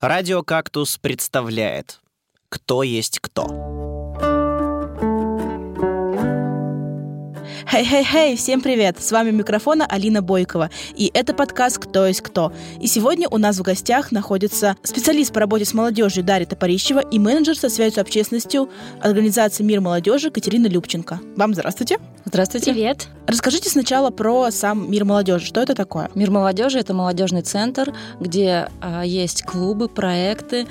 Радио «Кактус» представляет «Кто есть кто». Хей-хей-хей, всем привет! С вами у микрофона Алина Бойкова, и это подкаст «Кто есть кто». И сегодня у нас в гостях находится специалист по работе с молодежью Дарья Топорищева и менеджер со связью с общественностью организации «Мир молодежи» Катерина Любченко. Вам здравствуйте. Здравствуйте. Привет. Расскажите сначала про сам «Мир молодежи». Что это такое? «Мир молодежи» — это молодежный центр, где есть клубы, проекты,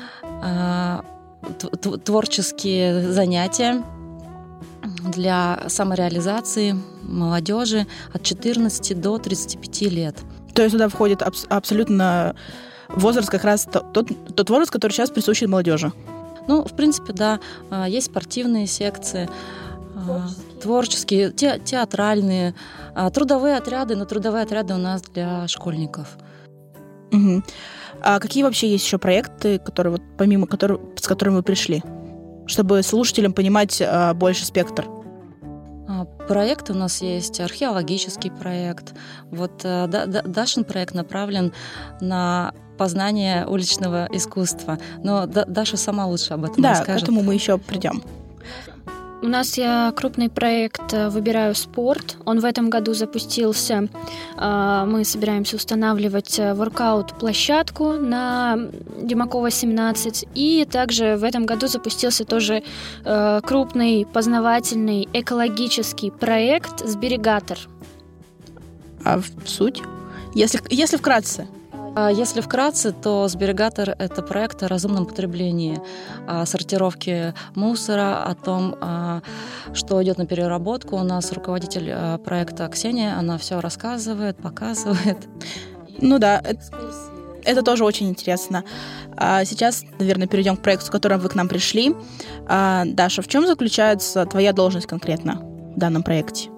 творческие занятия для самореализации молодежи от 14 до 35 лет. То есть туда входит абсолютно возраст, как раз тот возраст, который сейчас присущ молодежи? Ну, в принципе, да. Есть спортивные секции, творческие, театральные, трудовые отряды, но трудовые отряды у нас для школьников. Угу. А какие вообще есть еще проекты, которые с которыми вы пришли? Чтобы слушателям понимать больше спектр. Проекты у нас есть, археологический проект. Дашин проект направлен на познание уличного искусства. Но Даша сама лучше об этом расскажет. Да, к этому мы еще придем. У нас крупный проект «Выбираю спорт». Он в этом году запустился. Мы собираемся устанавливать воркаут-площадку на Демакова, 17. И также в этом году запустился тоже крупный познавательный экологический проект «Сберегатор». А суть? Если вкратце. Если вкратце, то «Сберегатор» — это проект о разумном потреблении, о сортировке мусора, о том, что идет на переработку. У нас руководитель проекта Ксения, она все рассказывает, показывает. Ну да, это тоже очень интересно. Сейчас, наверное, перейдем к проекту, с которым вы к нам пришли. Даша, в чем заключается твоя должность конкретно в данном проекте?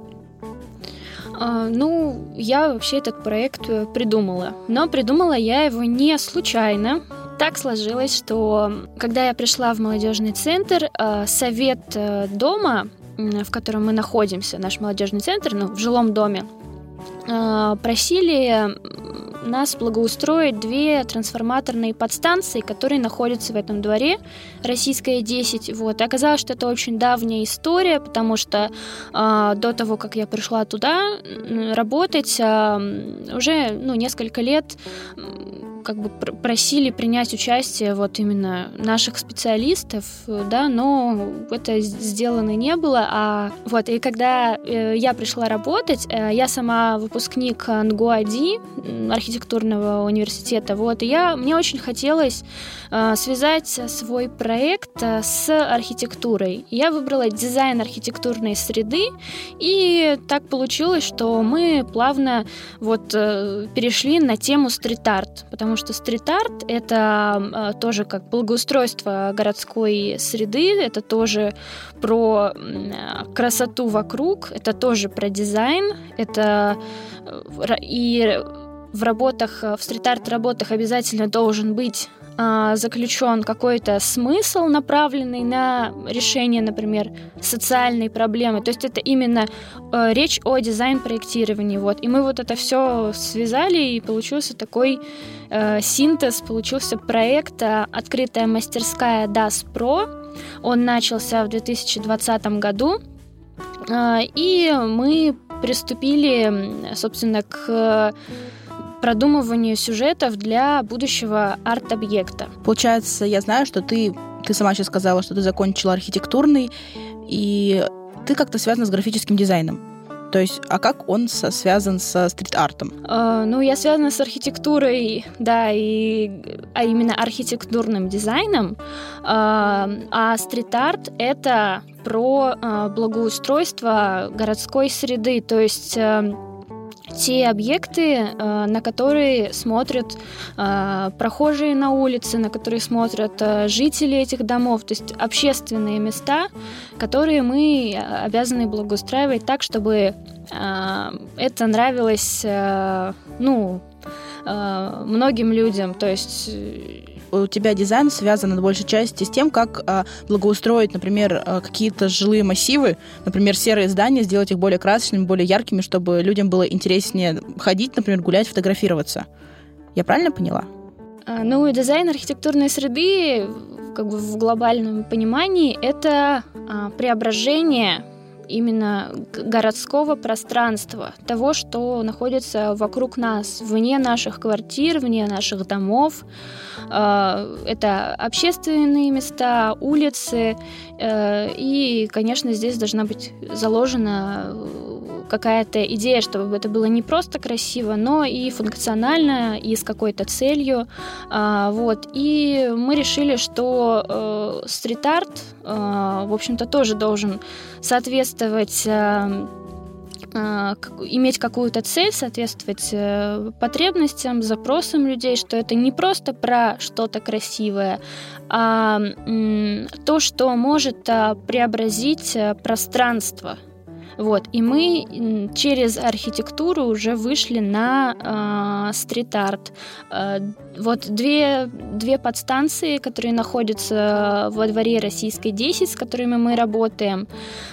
Я вообще этот проект придумала. Но придумала я его не случайно. Так сложилось, что когда я пришла в молодежный центр, совет дома, в котором мы находимся, наш молодежный центр, в жилом доме, просили нас благоустроить 2 трансформаторные подстанции, которые находятся в этом дворе, Российская 10. И оказалось, что это очень давняя история, потому что до того, как я пришла туда работать, уже несколько лет просили принять участие именно наших специалистов, да, но это сделано не было. И когда я пришла работать, я сама выпускник НГУ-1 архитектурного университета, и мне очень хотелось связать свой проект с архитектурой. Я выбрала дизайн архитектурной среды, и так получилось, что мы плавно перешли на тему стрит-арт, потому что стрит-арт — это тоже как благоустройство городской среды, это тоже про красоту вокруг, это тоже про дизайн, это и в стрит-арт работах обязательно должен быть заключен какой-то смысл, направленный на решение, например, социальной проблемы. То есть это именно речь о дизайн-проектировании. И мы это все связали, и получился такой синтез, получился проект «Открытая мастерская DAS Pro». Он начался в 2020 году, и мы приступили, собственно, к продумыванию сюжетов для будущего арт-объекта. Получается, я знаю, что ты сама сейчас сказала, что ты закончила архитектурный, и ты как-то связана с графическим дизайном. То есть, а как он связан со стрит-артом? Я связана с архитектурой, да, а именно архитектурным дизайном. А стрит-арт — это про благоустройство городской среды, то есть те объекты, на которые смотрят прохожие на улице, на которые смотрят жители этих домов, то есть общественные места, которые мы обязаны благоустраивать так, чтобы это нравилось многим людям, то есть у тебя дизайн связан на большей части с тем, как благоустроить, например, какие-то жилые массивы, например, серые здания, сделать их более красочными, более яркими, чтобы людям было интереснее ходить, например, гулять, фотографироваться. Я правильно поняла? Ну и дизайн архитектурной среды, как бы в глобальном понимании, это преображение именно городского пространства, того, что находится вокруг нас, вне наших квартир, вне наших домов. Это общественные места, улицы. И, конечно, здесь должна быть заложена какая-то идея, чтобы это было не просто красиво, но и функционально, и с какой-то целью. Вот. И мы решили, что стрит-арт, в общем-то, тоже должен соответствовать, иметь какую-то цель, соответствовать потребностям, запросам людей, что это не просто про что-то красивое, а то, что может преобразить пространство. Вот. И мы через архитектуру уже вышли на стрит-арт. Вот две подстанции, которые находятся во дворе Российской 10, с которыми мы работаем,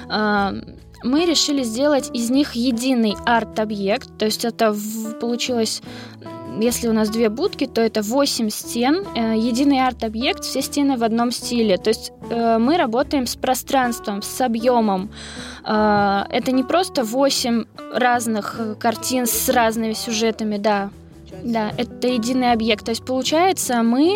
мы решили сделать из них единый арт-объект. То есть это получилось... Если у нас 2 будки, то это 8 стен, единый арт-объект, все стены в одном стиле. То есть мы работаем с пространством, с объемом. Это не просто 8 разных картин с разными сюжетами, да. Да, это единый объект. То есть, получается, мы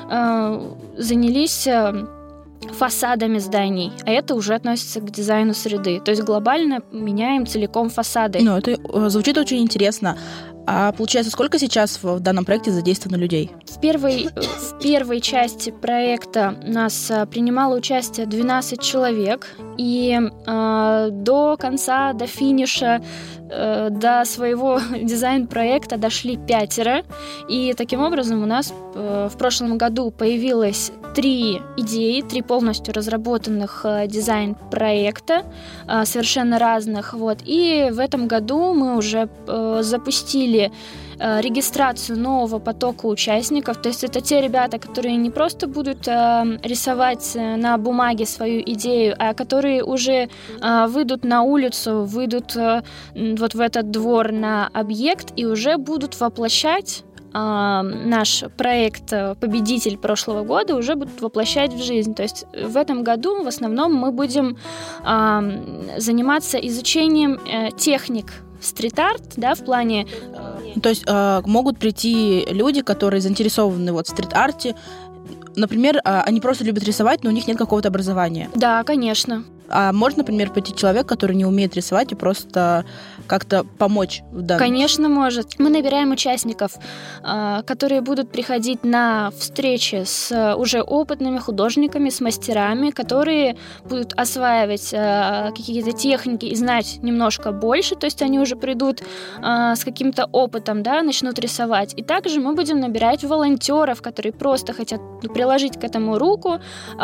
занялись фасадами зданий, а это уже относится к дизайну среды. То есть глобально меняем целиком фасады. Ну, это звучит очень интересно. А получается, сколько сейчас в данном проекте задействовано людей? В первой части проекта у нас принимало участие 12 человек, и до конца, до финиша, до своего дизайн-проекта дошли 5. И таким образом у нас в прошлом году появилось 3 идеи, 3 полностью разработанных дизайн-проекта, совершенно разных. Вот. И в этом году мы уже запустили регистрацию нового потока участников. То есть это те ребята, которые не просто будут рисовать на бумаге свою идею, а которые уже выйдут на улицу, выйдут вот в этот двор на объект и уже будут воплощать наш проект «Победитель» прошлого года, уже будут воплощать в жизнь. То есть в этом году в основном мы будем заниматься изучением техник стрит-арт, да, в плане... То есть могут прийти люди, которые заинтересованы вот в стрит-арте. Например, они просто любят рисовать, но у них нет какого-то образования. Да, конечно. А может, например, прийти человек, который не умеет рисовать, и просто как-то помочь в данном? Конечно, может. Мы набираем участников, которые будут приходить на встречи с уже опытными художниками, с мастерами, которые будут осваивать какие-то техники и знать немножко больше, то есть они уже придут с каким-то опытом, да, начнут рисовать. И также мы будем набирать волонтеров, которые просто хотят приложить к этому руку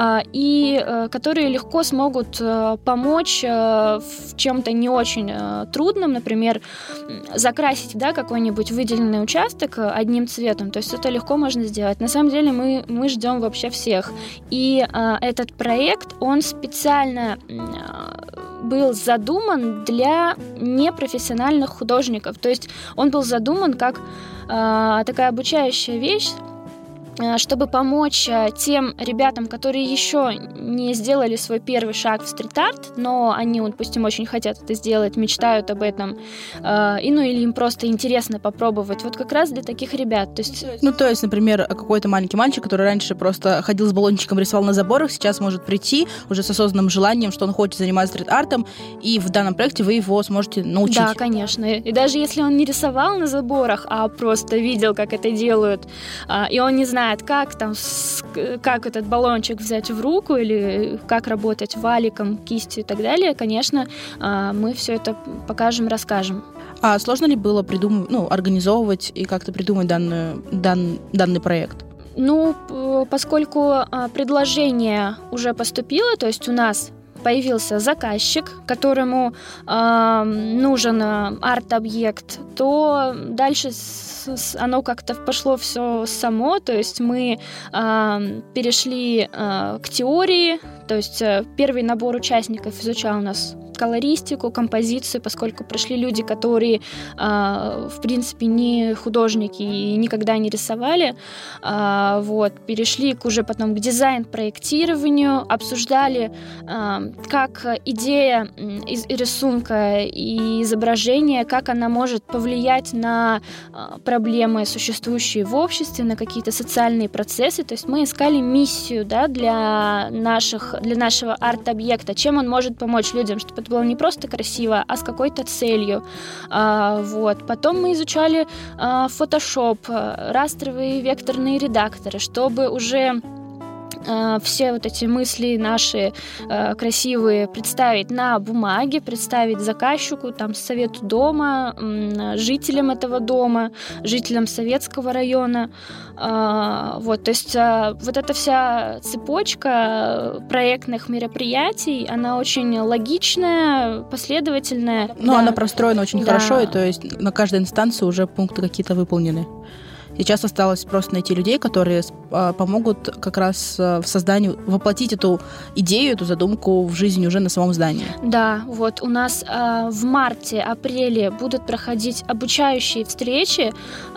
и которые легко смогут помочь в чем-то не очень трудном, например, закрасить, да, какой-нибудь выделенный участок одним цветом. То есть это легко можно сделать. На самом деле мы ждем вообще всех. И этот проект, он специально был задуман для непрофессиональных художников. То есть он был задуман как такая обучающая вещь, чтобы помочь тем ребятам, которые еще не сделали свой первый шаг в стрит-арт, но они, допустим, очень хотят это сделать, мечтают об этом, или им просто интересно попробовать. Вот как раз для таких ребят. То есть, например, какой-то маленький мальчик, который раньше просто ходил с баллончиком, рисовал на заборах, сейчас может прийти уже с осознанным желанием, что он хочет заниматься стрит-артом, и в данном проекте вы его сможете научить. Да, конечно. И даже если он не рисовал на заборах, а просто видел, как это делают, и он не знает, как этот баллончик взять в руку или как работать валиком, кистью и так далее, конечно, мы все это покажем, расскажем. А сложно ли было организовывать и как-то придумать данный проект? Поскольку предложение уже поступило, то есть у нас появился заказчик, которому нужен арт-объект, то дальше оно как-то пошло все само, то есть мы перешли к теории, то есть первый набор участников изучал у нас колористику, композицию, поскольку пришли люди, которые, в принципе, не художники и никогда не рисовали. Перешли уже потом к дизайн-проектированию, обсуждали, как идея рисунка и изображения, как она может повлиять на проблемы, существующие в обществе, на какие-то социальные процессы. То есть мы искали миссию, да, для нашего арт-объекта, чем он может помочь людям, чтобы это было не просто красиво, а с какой-то целью. Потом мы изучали Photoshop, растровые векторные редакторы, чтобы уже все вот эти мысли наши красивые представить на бумаге, представить заказчику, совету дома, жителям этого дома, жителям Советского района. То есть вот эта вся цепочка проектных мероприятий, она очень логичная, последовательная. Она простроена очень хорошо, и то есть на каждой инстанции уже пункты какие-то выполнены. Сейчас осталось просто найти людей, которые помогут как раз в создании, воплотить эту идею, эту задумку в жизнь уже на самом здании. Да, у нас в марте-апреле будут проходить обучающие встречи,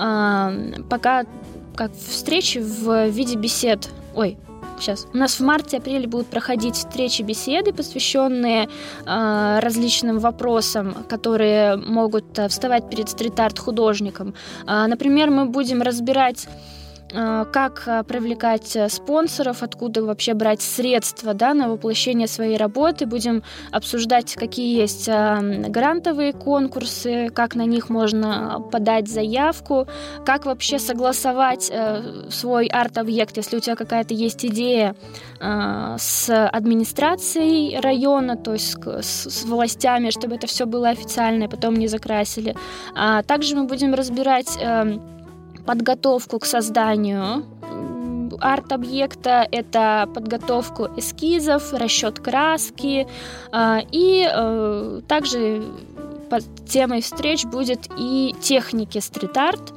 пока как встречи в виде бесед. У нас в марте-апреле будут проходить встречи-беседы, посвященные различным вопросам, которые могут вставать перед стрит-арт художником. Например, мы будем разбирать, как привлекать спонсоров, откуда вообще брать средства, на воплощение своей работы. Будем обсуждать, какие есть грантовые конкурсы, как на них можно подать заявку, как вообще согласовать свой арт-объект, если у тебя какая-то есть идея, с администрацией района, то есть с властями, чтобы это все было официально и потом не закрасили. Также мы будем разбирать подготовку к созданию арт-объекта, это подготовку эскизов, расчет краски, и также под темой встреч будет и техники стрит-арт,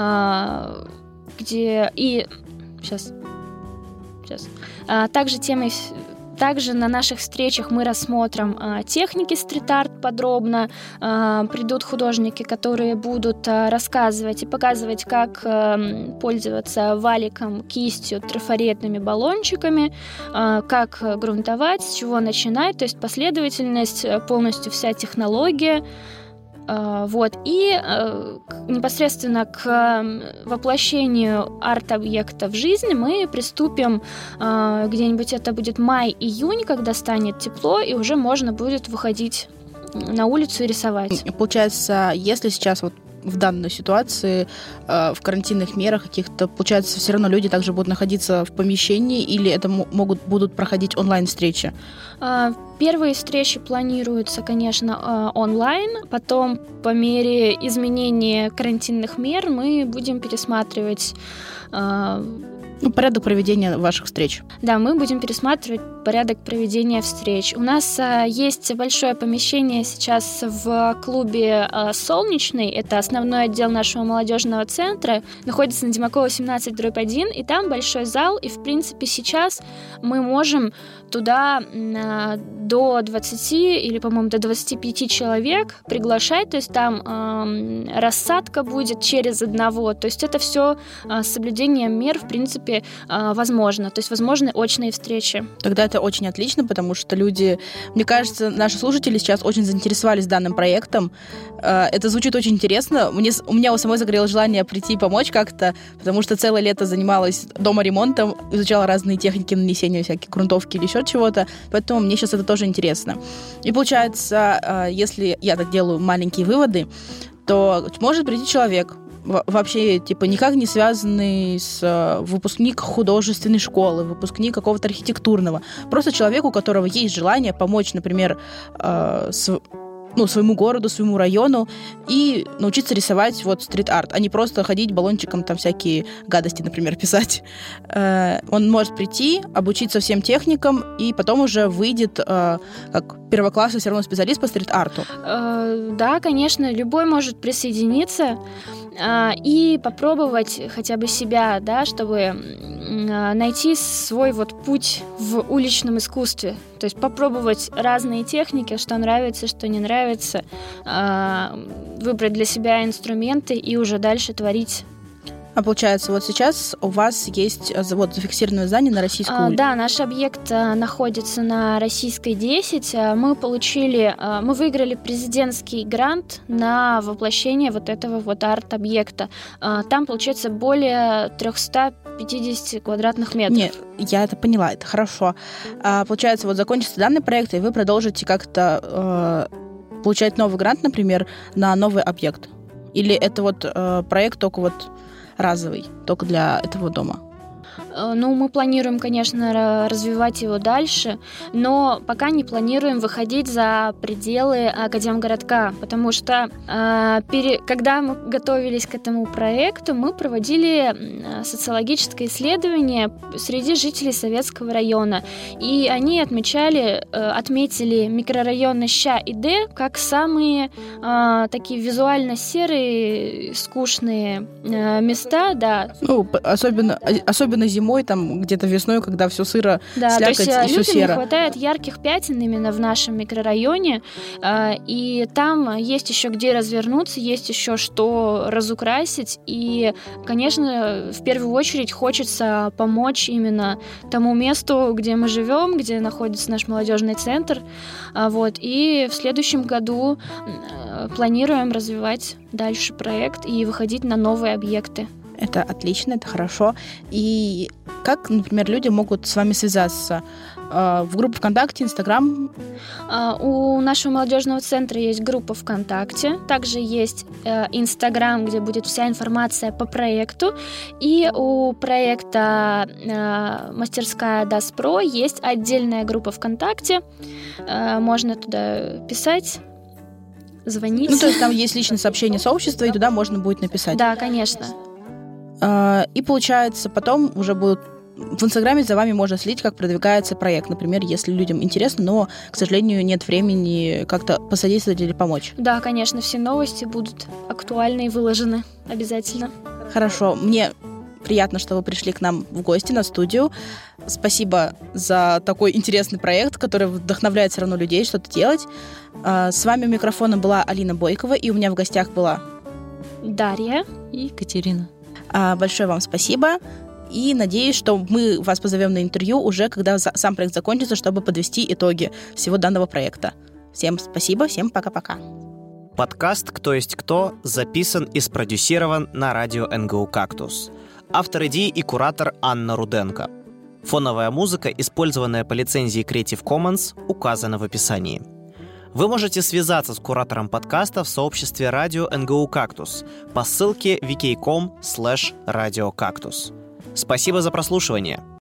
где и Также на наших встречах мы рассмотрим техники стрит-арт подробно. Придут художники, которые будут рассказывать и показывать, как пользоваться валиком, кистью, трафаретными баллончиками, как грунтовать, с чего начинать, то есть последовательность, полностью вся технология. И непосредственно к воплощению арт-объекта в жизнь мы приступим где-нибудь, это будет май-июнь, когда станет тепло, и уже можно будет выходить на улицу и рисовать. Получается, если сейчас в данной ситуации, в карантинных мерах каких-то, получается, все равно люди также будут находиться в помещении, или это будут проходить онлайн-встречи? Первые встречи планируются, конечно, онлайн. Потом, по мере изменения карантинных мер, мы будем пересматривать порядок проведения ваших встреч. Да, мы будем пересматривать порядок проведения встреч. У нас есть большое помещение сейчас в клубе «Солнечный». Это основной отдел нашего молодежного центра. Находится на Демакова 17/1, и там большой зал. И, в принципе, сейчас мы можем туда до 20 или, по-моему, до 25 человек приглашать. То есть там рассадка будет через одного. То есть это все с соблюдением мер, в принципе, возможно. То есть возможны очные встречи. Тогда это очень отлично, потому что люди, мне кажется, наши слушатели сейчас очень заинтересовались данным проектом. Это звучит очень интересно. У меня у самой загорелось желание прийти и помочь как-то, потому что целое лето занималась дома ремонтом, изучала разные техники нанесения всяких грунтовки или еще чего-то, поэтому мне сейчас это тоже интересно. И получается, если я так делаю маленькие выводы, то может прийти человек, вообще, никак не связанный с выпускник художественной школы, выпускник какого-то архитектурного. Просто человек, у которого есть желание помочь, например, своему городу, своему району и научиться рисовать стрит-арт, а не просто ходить баллончиком всякие гадости, например, писать. Он может прийти, обучиться всем техникам, и потом уже выйдет как первоклассный все равно специалист по стрит-арту. Да, конечно, любой может присоединиться. и попробовать хотя бы себя, да, чтобы найти свой вот путь в уличном искусстве. То есть попробовать разные техники, что нравится, что не нравится, выбрать для себя инструменты и уже дальше творить. А получается, вот сейчас у вас есть вот зафиксированное здание на Российской улице? Да, наш объект находится на Российской 10. Мы выиграли президентский грант на воплощение вот этого вот арт-объекта. Там, получается, более 350 квадратных метров. Нет, я это поняла, это хорошо. Получается, вот закончится данный проект, и вы продолжите как-то получать новый грант, например, на новый объект? Или это вот проект только вот разовый, только для этого дома? Ну, мы планируем, конечно, развивать его дальше, но пока не планируем выходить за пределы Академгородка, потому что когда мы готовились к этому проекту, мы проводили социологическое исследование среди жителей Советского района, и они отметили микрорайоны Ща и Д как самые такие визуально серые, скучные места, да. Ну, особенно зимой, там где-то весной, когда все сыро, слякоть и все серо. Людям не хватает ярких пятен именно в нашем микрорайоне, и там есть еще где развернуться, есть еще что разукрасить, и, конечно, в первую очередь хочется помочь именно тому месту, где мы живем, где находится наш молодежный центр, вот, и в следующем году планируем развивать дальше проект и выходить на новые объекты. Это отлично, это хорошо. И как, например, люди могут с вами связаться? В группе ВКонтакте, Инстаграм? У нашего молодежного центра есть группа ВКонтакте, также есть Инстаграм, где будет вся информация по проекту, и у проекта «Мастерская Даспро» есть отдельная группа ВКонтакте, можно туда писать, звонить. Ну, то есть там есть личное сообщение сообщества, и туда можно будет написать? Да, конечно. И получается, потом уже будут в Инстаграме за вами можно следить, как продвигается проект. Например, если людям интересно, но, к сожалению, нет времени как-то посодействовать или помочь. Да, конечно, все новости будут актуальны и выложены обязательно. Хорошо. Мне приятно, что вы пришли к нам в гости на студию. Спасибо за такой интересный проект, который вдохновляет все равно людей что-то делать. С вами у микрофона была Алина Бойкова, и у меня в гостях была Дарья и Екатерина. Большое вам спасибо. И надеюсь, что мы вас позовем на интервью уже, когда сам проект закончится, чтобы подвести итоги всего данного проекта. Всем спасибо, всем пока-пока. Подкаст «Кто есть кто» записан и спродюсирован на радио НГУ «Кактус». Автор идеи и куратор Анна Руденко. Фоновая музыка, использованная по лицензии Creative Commons, указана в описании. Вы можете связаться с куратором подкаста в сообществе радио НГУ «Кактус» по ссылке vk.com/radiocactus. Спасибо за прослушивание.